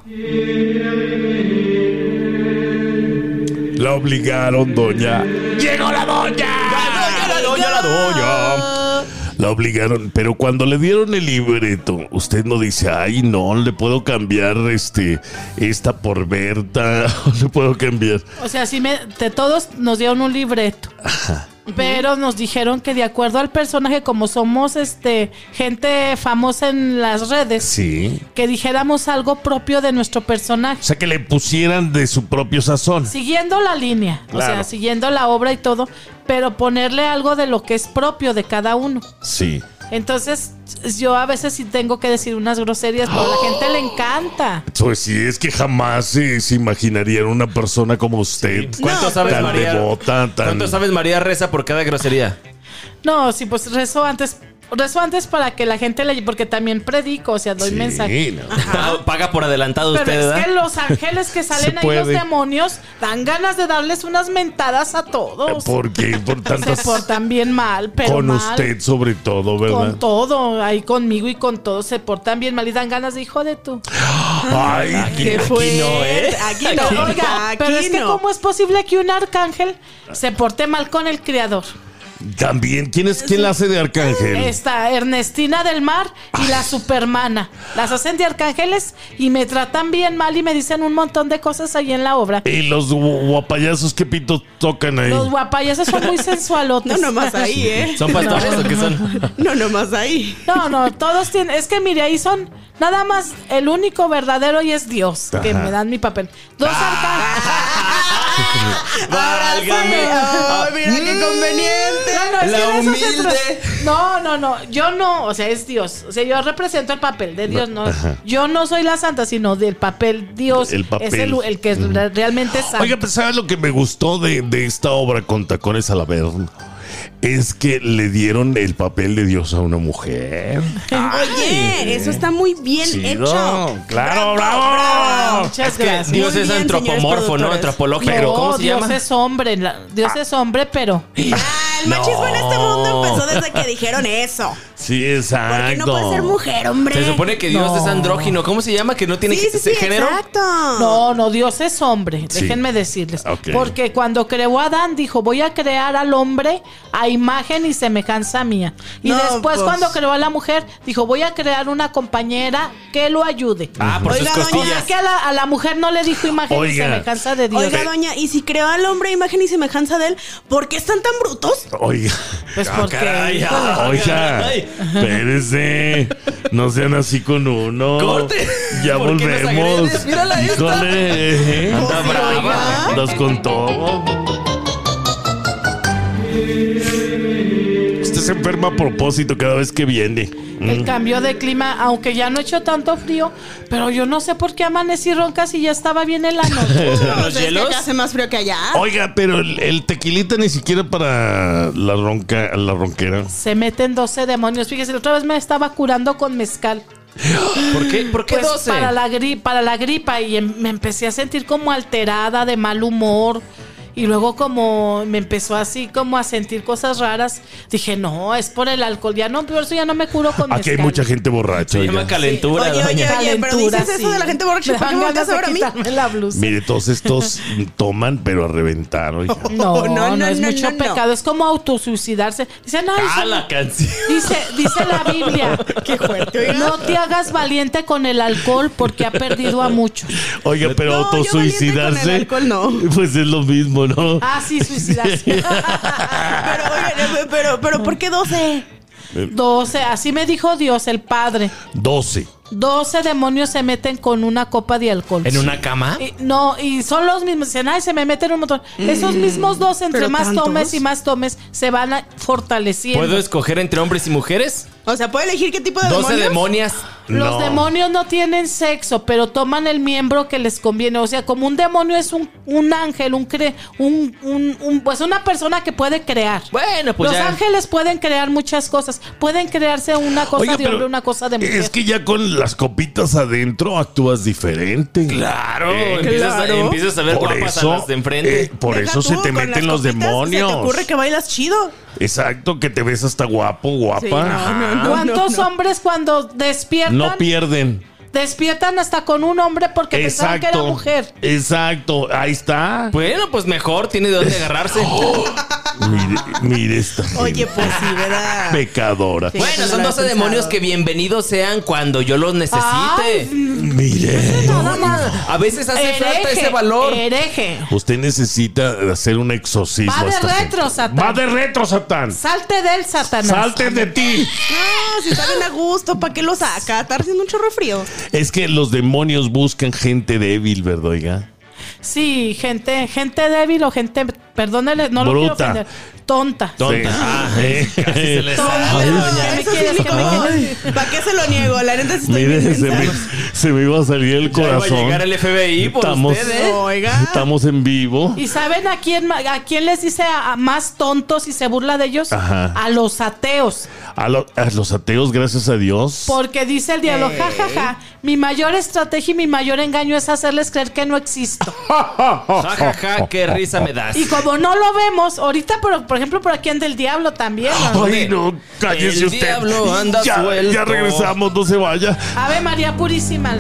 La obligaron, doña. ¡Llegó la doña! ¡La doña! La obligaron, pero cuando le dieron el libreto, usted no dice, ay, no, le puedo cambiar esta por Berta, le puedo cambiar. O sea, todos nos dieron un libreto. Ajá. Pero nos dijeron que de acuerdo al personaje, como somos gente famosa en las redes, Sí. que dijéramos algo propio de nuestro personaje. O sea, que le pusieran de su propio sazón. Siguiendo la línea, Claro. o sea, siguiendo la obra y todo, pero ponerle algo de lo que es propio de cada uno. Sí. Entonces, yo a veces sí tengo que decir unas groserías, pero a la gente le encanta. Pues sí, es que jamás se imaginaría una persona como usted. ¿Cuánto sabes, tan María? devota, ¿Cuánto sabes, María reza por cada grosería? No, sí, pues rezo antes para que la gente porque también predico, o sea, doy mensaje. No. Paga por adelantado Pero usted, es ¿verdad? que los ángeles que salen Se ahí, los puede. demonios, dan ganas de darles unas mentadas a todos. ¿Por qué? Por Se tantas... portan bien mal, pero Con mal. usted sobre todo, ¿verdad? Con todo, ahí conmigo y con todo se portan bien mal y dan ganas de hijo de tú. Ay, ¿Qué fue? Aquí no, Oiga, pero es que ¿cómo es posible que un arcángel se porte mal con el criador? también. ¿Quién la hace de arcángel? Está Ernestina del Mar y la Supermana. Las hacen de arcángeles y me tratan bien mal y me dicen un montón de cosas ahí en la obra. ¿Y los guapayazos qué pito tocan ahí? Los guapayases son muy sensualotes. No nomás ahí, ¿eh? ¿Son pastores o qué son? No nomás ahí. No, todos tienen. Es que mire, ahí son nada más el único verdadero y es Dios, que me dan mi papel. Dos arcángeles. ¡Válgame! Ay, mira qué conveniente. No, es La que de eso se humilde. No, yo no, o sea, es Dios. O sea, yo represento el papel de Dios, no. Yo no soy la santa, sino del papel Dios. El papel. Es el que realmente es santo. Oiga, pues ¿sabes lo que me gustó de esta obra con tacones al Averno? Es que le dieron el papel de Dios a una mujer. Oye, eso está muy bien Chido. hecho. Claro, bravo. Muchas Es que gracias. Dios Muy es bien, antropomorfo, señores ¿no? productores. Antropológico. No, ¿Cómo se Dios llama? es hombre. Dios es hombre, pero. El machismo en este mundo empezó desde que dijeron eso. Sí, exacto. Porque no puede ser mujer, hombre. Se supone que Dios No. es andrógino. ¿Cómo se llama? Que no tiene Sí, género. exacto. No, Dios es hombre. Sí. Déjenme decirles. Ok. Porque cuando creó a Adán, dijo: voy a crear al hombre a imagen y semejanza mía. Y No, después, pues. cuando creó a la mujer, dijo: voy a crear una compañera que lo ayude. Ah, por Oiga, sus doña, O sea costillas. que a la mujer no le dijo imagen y Oiga. semejanza de Dios. Oiga, doña, y si creó al hombre a imagen y semejanza de él, ¿por qué están tan brutos? Oiga, Pues porque. caray, híjole. oiga, Ay. espérese. No sean así con uno. ¡Corte! Ya ¿Por qué nos volvemos. agredes? Mírala esta. Híjole. Anda brava. Andas con todo. Usted se enferma a propósito cada vez que viene. El cambio de clima, aunque ya no he hecho tanto frío, pero yo no sé por qué amanecí ronca si ya estaba bien en la noche. ¿Los Pues es que hielos? acá hace más frío que allá. Oiga, pero el tequilita ni siquiera para la ronquera. Se meten 12 demonios. Fíjese, la otra vez me estaba curando con mezcal. ¿Por qué? ¿Por qué Pues 12? para la gripa y me empecé a sentir como alterada, de mal humor. Y luego como me empezó así como a sentir cosas raras. Dije, no, es por el alcohol. Ya no, por eso ya no me curo con Aquí hay mezcal. mucha gente borracha. Se oiga. llama calentura, Oye, doña. pero dices eso de la gente borracha, Me ¿por qué dan me ganas volteas a ver de a mí? quitarme la blusa. Mire, todos estos toman, pero a reventar, oiga. No, es no, mucho no. pecado. Es como autosuicidarse. Dicen, ay, Ah, la canción. dice la Biblia. Qué fuerte, oiga. No te hagas valiente con el alcohol porque ha perdido a muchos. Oiga, pero No, yo autosuicidarse, valiente con el alcohol, no. pues es lo mismo, ¿no? Ah, sí, suicidarse. Pero, oigan, pero ¿por qué 12? 12, así me dijo Dios, el Padre. 12. 12 demonios se meten con una copa de alcohol. ¿En una cama? No, y son los mismos. Dicen, ay, se me meten un montón. Esos mismos 12, entre ¿Pero más tantos? tomes y más tomes, se van fortaleciendo. ¿Puedo escoger entre hombres y mujeres? O sea, ¿puede elegir qué tipo de 12 demonios? demonias. Los No. demonios no tienen sexo, pero toman el miembro que les conviene. O sea, como un demonio es un ángel, pues una persona que puede crear. Bueno, pues Los ya. ángeles pueden crear muchas cosas. Pueden crearse una cosa Oiga, de pero hombre, una cosa de mujer. es que ya con las copitas adentro actúas diferente. Claro, Claro. empiezas a ver Por guapas eso, a las de enfrente. por Deja eso se tú, te con meten las los copitas, demonios. ¿Se te ocurre que bailas chido? Exacto, que te ves hasta guapo, guapa. Sí, no, Ajá. no, no. ¿Cuántos hombres cuando despiertan No pierden. Despiertan hasta con un hombre porque pensaban que era mujer. Exacto, ahí está. Bueno, pues mejor, tiene de dónde agarrarse. Mire esta. Oye, pues sí, ¿verdad? Pecadora. Sí. Bueno, no son lo 12 había demonios pensado. que bienvenidos sean cuando yo los necesite. Ay, Mire. nada más. A veces hace falta ese valor. Hereje. Usted necesita hacer un exorcismo. Va a de esta gente. retro, Satán. Va de retro, Satán. Salte del Satanás. Salte de ti. No, si está bien a gusto, ¿para qué lo saca? Está haciendo un chorro de frío. Es que los demonios buscan gente débil, ¿verdad, oiga? Sí, gente débil o gente, perdónele, no lo quiero Bruta. ofender. Tonta. Tonta. Ah, Casi se le Tonta. sale, doña. ¿Qué Eso quieres sí, que me quede? ¿para qué se lo niego? La neta sí estoy Mire, bien se mensa. se me iba a salir el Ya iba a corazón. llegar el FBI por Estamos- usted, ¿eh? Oiga. Estamos en vivo. ¿Y saben a quién les dice a más tontos y se burla de ellos? Ajá. A los ateos. A los ateos, gracias a Dios. Porque dice el diablo, Ey. jajaja, mi mayor estrategia y mi mayor engaño es hacerles creer que no existo. Ja, ja, ja, qué risa me das. Y como no lo vemos, ahorita, por ejemplo, por aquí anda el diablo también. ¿no? Ay, no, cállese El usted. diablo anda ya, suelto. ya regresamos, no se vaya. Ave María Purísima.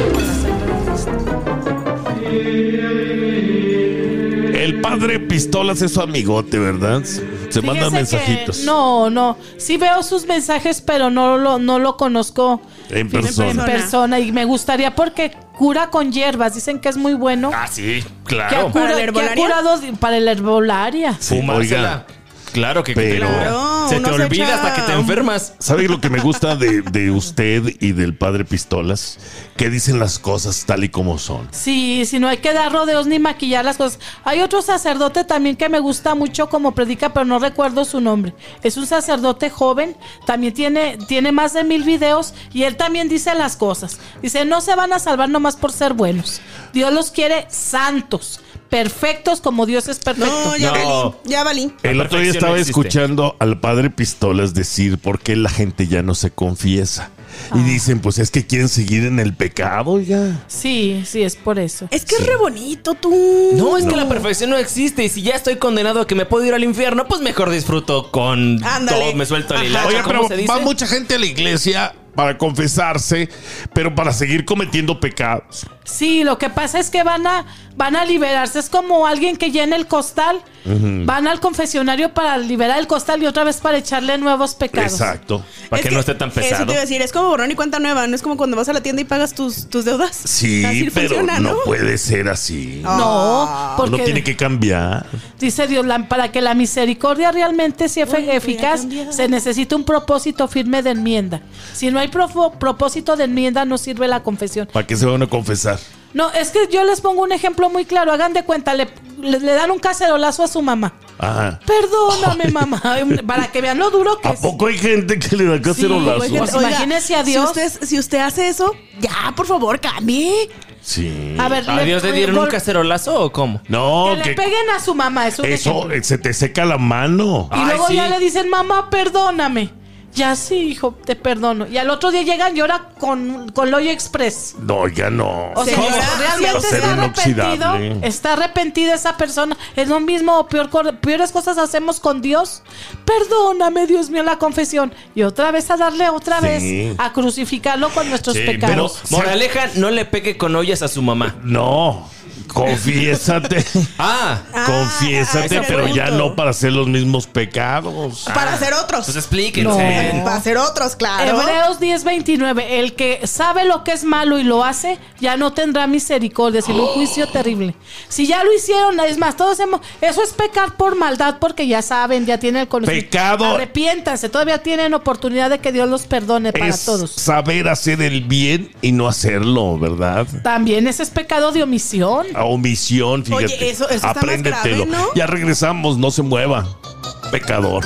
El padre Pistolas es su amigote, ¿verdad? Se mandan Fíjese que mensajitos. no. Sí veo sus mensajes, pero no lo conozco En persona. en persona. Y me gustaría porque cura con hierbas. Dicen que es muy bueno. Ah, sí, Que ha, claro. ¿Para la que ha herbolaria? curado para la herbolaria. Sí, Fumársela. oiga, Claro que Pero- Claro, se te uno se olvida echa- hasta que te enfermas. ¿sabe lo que me gusta de usted y del padre Pistolas? Que dicen las cosas tal y como son. Sí, no hay que dar rodeos ni maquillar las cosas. Hay otro sacerdote también que me gusta mucho como predica, pero no recuerdo su nombre. Es un sacerdote joven, también tiene más de 1000 videos y él también dice las cosas. Dice, no se van a salvar nomás por ser buenos. Dios los quiere santos, perfectos como Dios es perfecto. No, ya No. valí, ya valí. El La otro día perfección estaba no existe. escuchando al padre Pistolas decir por qué la gente ya no se confiesa. Ah. Y dicen, pues es que quieren seguir en el pecado, ya. Sí, es por eso. Es que es re bonito tú. No, es que la perfección no existe. Y si ya estoy condenado a que me puedo ir al infierno, pues mejor disfruto con Ándale. todo. Me suelto el Ajá. hilacho. Oiga, ¿Cómo pero se dice? va mucha gente a la iglesia para confesarse, pero para seguir cometiendo pecados. Sí, lo que pasa es que van a liberarse. Es como alguien que llena el costal. Van al confesionario para liberar el costal y otra vez para echarle nuevos pecados. Exacto. Para Es que no esté tan Eso te pesado. iba a decir, es como borrón y cuenta nueva. No es como cuando vas a la tienda y pagas tus deudas. Sí, Así pero funciona, no puede ser así. No, porque Uno tiene que cambiar. dice Dios, para que la misericordia realmente sea Uy, voy a eficaz, cambiar. se necesita un propósito firme de enmienda. Si no hay propósito de enmienda, no sirve la confesión. ¿Para qué se van a confesar? No, es que yo les pongo un ejemplo muy claro. Hagan de cuenta, le dan un cacerolazo a su mamá. Ajá. Perdóname, mamá. Para que vean lo duro que ¿A es. poco hay gente que le da cacerolazo? güey, gente- Oiga, imagínese a Dios. Si usted hace eso, ya, por favor, cambie. Sí. A ver, ¿A Dios le dieron un cacerolazo o cómo? No, que le peguen a su mamá, es un eso ejemplo. se te seca la mano. Y Ay, luego sí. ya le dicen, mamá, perdóname. Ya sí, hijo, te perdono. Y al otro día llegan y ahora con Loyo Express. No, ya no. O sea, Señora, realmente acero está arrepentido. inoxidable. Está arrepentida esa persona. Es lo mismo o peores cosas hacemos con Dios. Perdóname, Dios mío, la confesión. Y otra vez a darle otra Sí. vez a crucificarlo con nuestros Sí, pecados. Moraleja, no le pegue con ollas a su mamá. No. Confiésate. Ah, Confiésate, ese pero punto. ya no para hacer los mismos pecados. Para hacer otros. pues explíquense. No. Para hacer otros, claro. Hebreos 10:29. El que sabe lo que es malo y lo hace, ya no tendrá misericordia, sino un juicio terrible. Si ya lo hicieron, es más, todos hemos. Eso es pecar por maldad, porque ya saben, ya tienen el conocimiento. Pecado. Arrepiéntanse, todavía tienen oportunidad de que Dios los perdone para Es todos. saber hacer el bien y no hacerlo, ¿verdad? También ese es pecado de omisión. A omisión, fíjate. Oye, eso está más Apréndetelo. grave, ¿no? Ya regresamos, no se mueva. Pecador.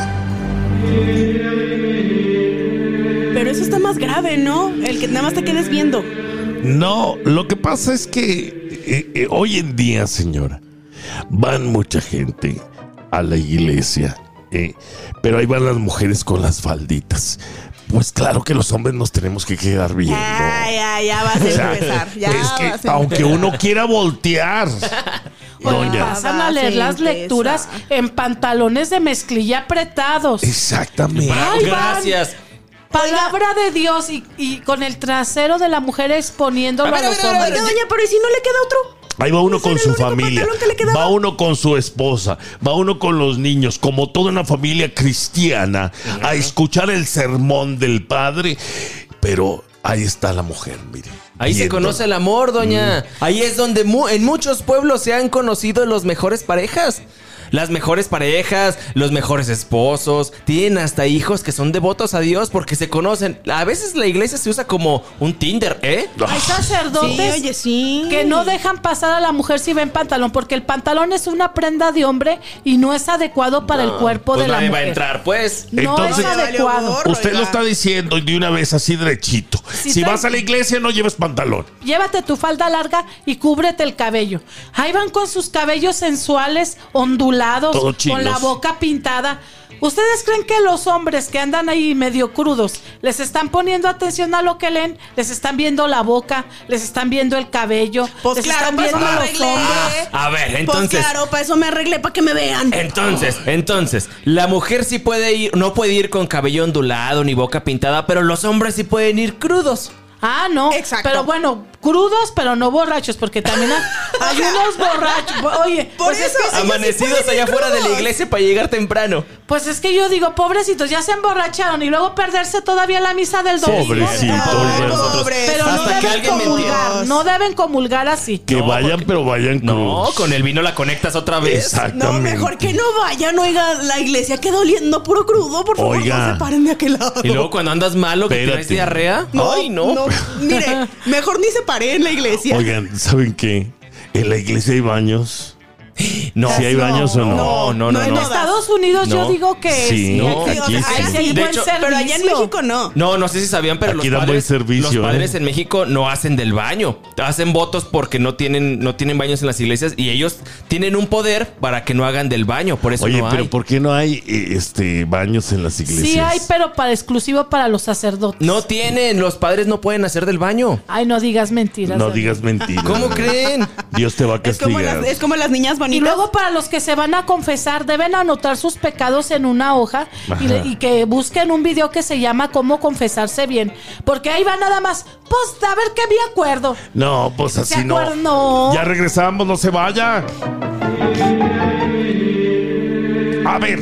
Pero eso está más grave, ¿no? El que nada más te quedes viendo. No, lo que pasa es que hoy en día, señora, van mucha gente a la iglesia, pero ahí van las mujeres con las falditas. Pues claro que los hombres nos tenemos que quedar viendo. Ya vas a O sea, empezar. Ya es que vas a aunque empezar. uno quiera voltear, doña. Pasan a leer las lecturas en pantalones de mezclilla apretados. Exactamente. Ay, van. Gracias. Palabra de Dios y con el trasero de la mujer exponiéndolo a los hombres. Oiga, doña, pero ¿y si no le queda otro? Ahí va uno Ese con era el su único familia, pantalón que le quedaba. va uno con su esposa, va uno con los niños, como toda una familia cristiana, a escuchar el sermón del padre, pero ahí está la mujer, mire. Ahí se viendo. conoce el amor, doña. Ahí es donde en muchos pueblos se han conocido los mejores parejas. Las mejores parejas, los mejores esposos, tienen hasta hijos que son devotos a Dios porque se conocen. A veces la iglesia se usa como un Tinder, ¿eh? Hay sacerdotes Sí, oye, sí. que no dejan pasar a la mujer si ven pantalón, porque el pantalón es una prenda de hombre y no es adecuado para el cuerpo Pues de la nadie va a mujer. entrar, pues. No Entonces- es adecuado. Usted lo está diciendo de una vez así derechito. Si Si trae- vas a la iglesia, no lleves pantalón. Llévate tu falda larga y cúbrete el cabello. Ahí van con sus cabellos sensuales, ondulados, Todo con chinos. la boca pintada. ¿Ustedes creen que los hombres que andan ahí medio crudos les están poniendo atención a lo que leen? Les están viendo la boca, les están viendo el cabello, Pues les claro, están para eso viendo me los arreglé. hombros. A ver, Pues entonces. claro, para eso me arreglé, para que me vean. Entonces, la mujer sí puede ir, no puede ir con cabello ondulado ni boca pintada, pero los hombres sí pueden ir crudos. Ah, no. Exacto. Pero bueno, crudos, pero no borrachos, porque también hay unos borrachos. Oye, Por pues es eso, que ellos sí Amanecidos pueden ir allá afuera de la crudos. iglesia para llegar temprano. Pues es que yo digo, pobrecitos, ya se emborracharon y luego perderse todavía la misa del domingo. Pobrecito, Ay, oye. pobres. Pero no Hasta que deben alguien me comulgar, entienda. no deben comulgar así. Que No, vayan, porque- pero vayan No, cruz. con el vino la conectas otra vez. Exactamente. No, mejor que no vayan, oiga, la iglesia queda oliendo puro crudo, por favor, Oiga. no se paren de aquel lado. Y luego cuando andas malo, que Espérate. tienes diarrea. Ay, no. Mire, mejor ni se pare en la iglesia. Oigan, ¿saben qué? En la iglesia hay baños. No. ¿Sí hay baños o no? No. En Estados Unidos yo No. digo que Sí, sí, no, aquí, aquí ahí sí. sí hay De buen hecho, servicio. Pero allá en México no. No sé si sabían, pero Aquí los dan padres, buen servicio, los padres ¿eh? en México no hacen del baño. Hacen votos porque no tienen baños en las iglesias y ellos tienen un poder para que no hagan del baño. Por eso Oye, no pero hay. ¿por qué no hay baños en las iglesias? Sí hay, pero para exclusivo para los sacerdotes. No tienen, los padres no pueden hacer del baño. Ay, no digas mentiras. No Dani. digas mentiras. ¿Cómo creen? Dios te va a Es como, castigar. es como las niñas Y bonitas. luego para los que se van a confesar, deben anotar sus pecados en una hoja y que busquen un video que se llama Cómo confesarse bien. Porque ahí va nada más, pues a ver qué me acuerdo. No, pues así no. acuerdan? No. Ya regresamos, no se vaya. A ver.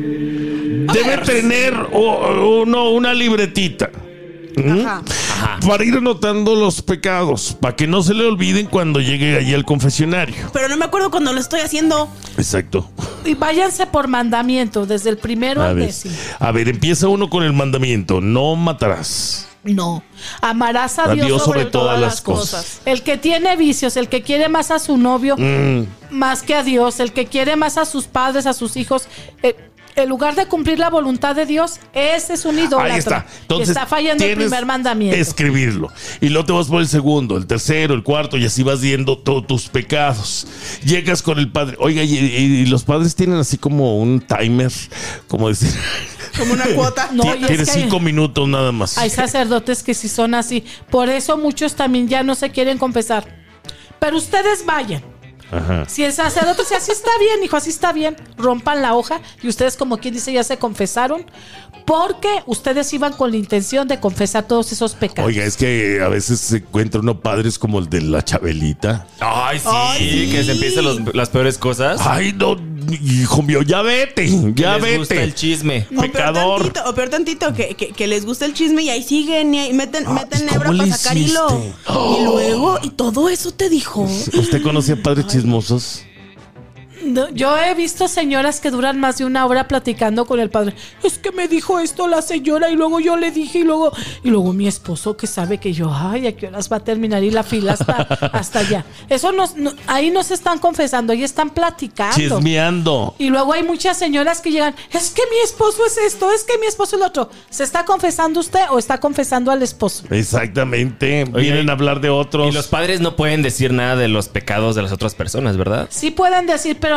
Debe tener uno una libretita. Ajá. Para ir anotando los pecados, para que no se le olviden cuando llegue allí al confesionario. Pero no me acuerdo cuando lo estoy haciendo. Exacto. Y váyanse por mandamiento, desde el primero al décimo. A ver, empieza uno con el mandamiento: no matarás. No. Amarás a Dios sobre todas las cosas. El que tiene vicios, el que quiere más a su novio, más que a Dios, el que quiere más a sus padres, a sus hijos, en lugar de cumplir la voluntad de Dios, ese es un idólatra. Ahí está. Entonces, está fallando el tienes primer mandamiento. escribirlo. Y luego te vas por el segundo, el tercero, el cuarto, y así vas viendo todos tus pecados. Llegas con el padre. Oiga, y los padres tienen así como un timer, como decir. Como una cuota. No, y es Tienes que 5 minutos nada más. hay sacerdotes que sí son así. Por eso muchos también ya no se quieren confesar. Pero ustedes vayan. Ajá. Si el sacerdote dice, así está bien, hijo, así está bien, rompan la hoja y ustedes, como quien dice, ya se confesaron, porque ustedes iban con la intención de confesar todos esos pecados. Oiga, es que a veces se encuentra uno padres como el de la Chabelita. Ay, sí, Ay, que se empiezan las peores cosas. Ay, no, hijo mío, ya vete, ya Les gusta vete. el chisme. Pecador. O peor tantito, que les gusta el chisme y ahí siguen y ahí meten ¿y hebra cómo para le sacar hilo. hiciste? Y luego, y todo eso te dijo. ¿Usted conocía padres chismosos? No, yo he visto señoras que duran más de una hora platicando con el padre. Es que me dijo esto la señora y luego yo le dije y luego mi esposo que sabe que yo, ay, ¿a qué horas va a terminar? Y la fila hasta allá. Eso ahí no se están confesando, ahí están platicando. Chismeando. Y luego hay muchas señoras que llegan, es que mi esposo es esto, es que mi esposo es lo otro. ¿Se está confesando usted o está confesando al esposo? Exactamente. Vienen a hablar de otros. Y los padres no pueden decir nada de los pecados de las otras personas, ¿verdad? Sí pueden decir, pero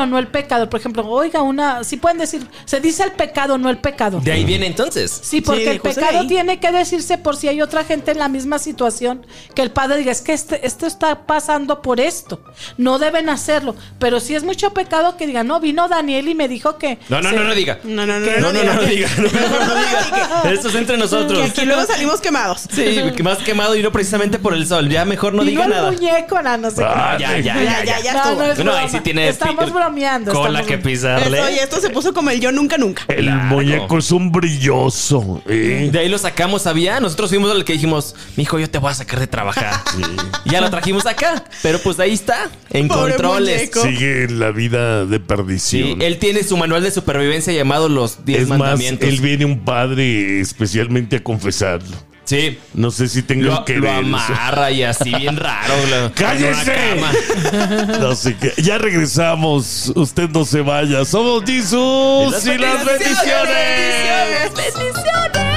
pero no el pecado. Por ejemplo, oiga, sí pueden decir, se dice el pecado, no el pecado. De ahí viene entonces. Sí, porque Sí, el justo de pecado ahí. tiene que decirse por si hay otra gente en la misma situación, que el padre diga, es que esto está pasando por esto, no deben hacerlo. Pero si es mucho pecado, que diga, no, vino Daniel y me dijo que... No diga. No diga. Mejor no diga. Esto es entre nosotros. Que aquí luego salimos quemados. Sí, que más quemado y no precisamente por el sol. Ya mejor no Vino diga el nada. muñeco, no sé Ah, qué. Ya estuvo. No es No, ahí broma. sí tiene Estamos bromeando. cola estamos que bromeando. pisarle. Oye, esto se puso como el yo nunca. El muñeco es un brilloso. De ahí lo sacamos, ¿sabía? Nosotros fuimos al que dijimos, mijo, yo te voy a sacar de trabajar. Y ya lo trajimos acá. Pero pues ahí está, en Pobre controles. muñeco. Sigue en la vida de Sí, perdición. él tiene su manual de supervivencia llamado Los 10 Es más, Mandamientos. él viene un padre especialmente a confesarlo. Sí. No sé si tengo Lo, que lo ver eso. amarra y así bien raro. ¡Cállese! en una cama. No sé qué. Ya regresamos. Usted no se vaya. Somos Jesus y las bendiciones. ¡Bendiciones!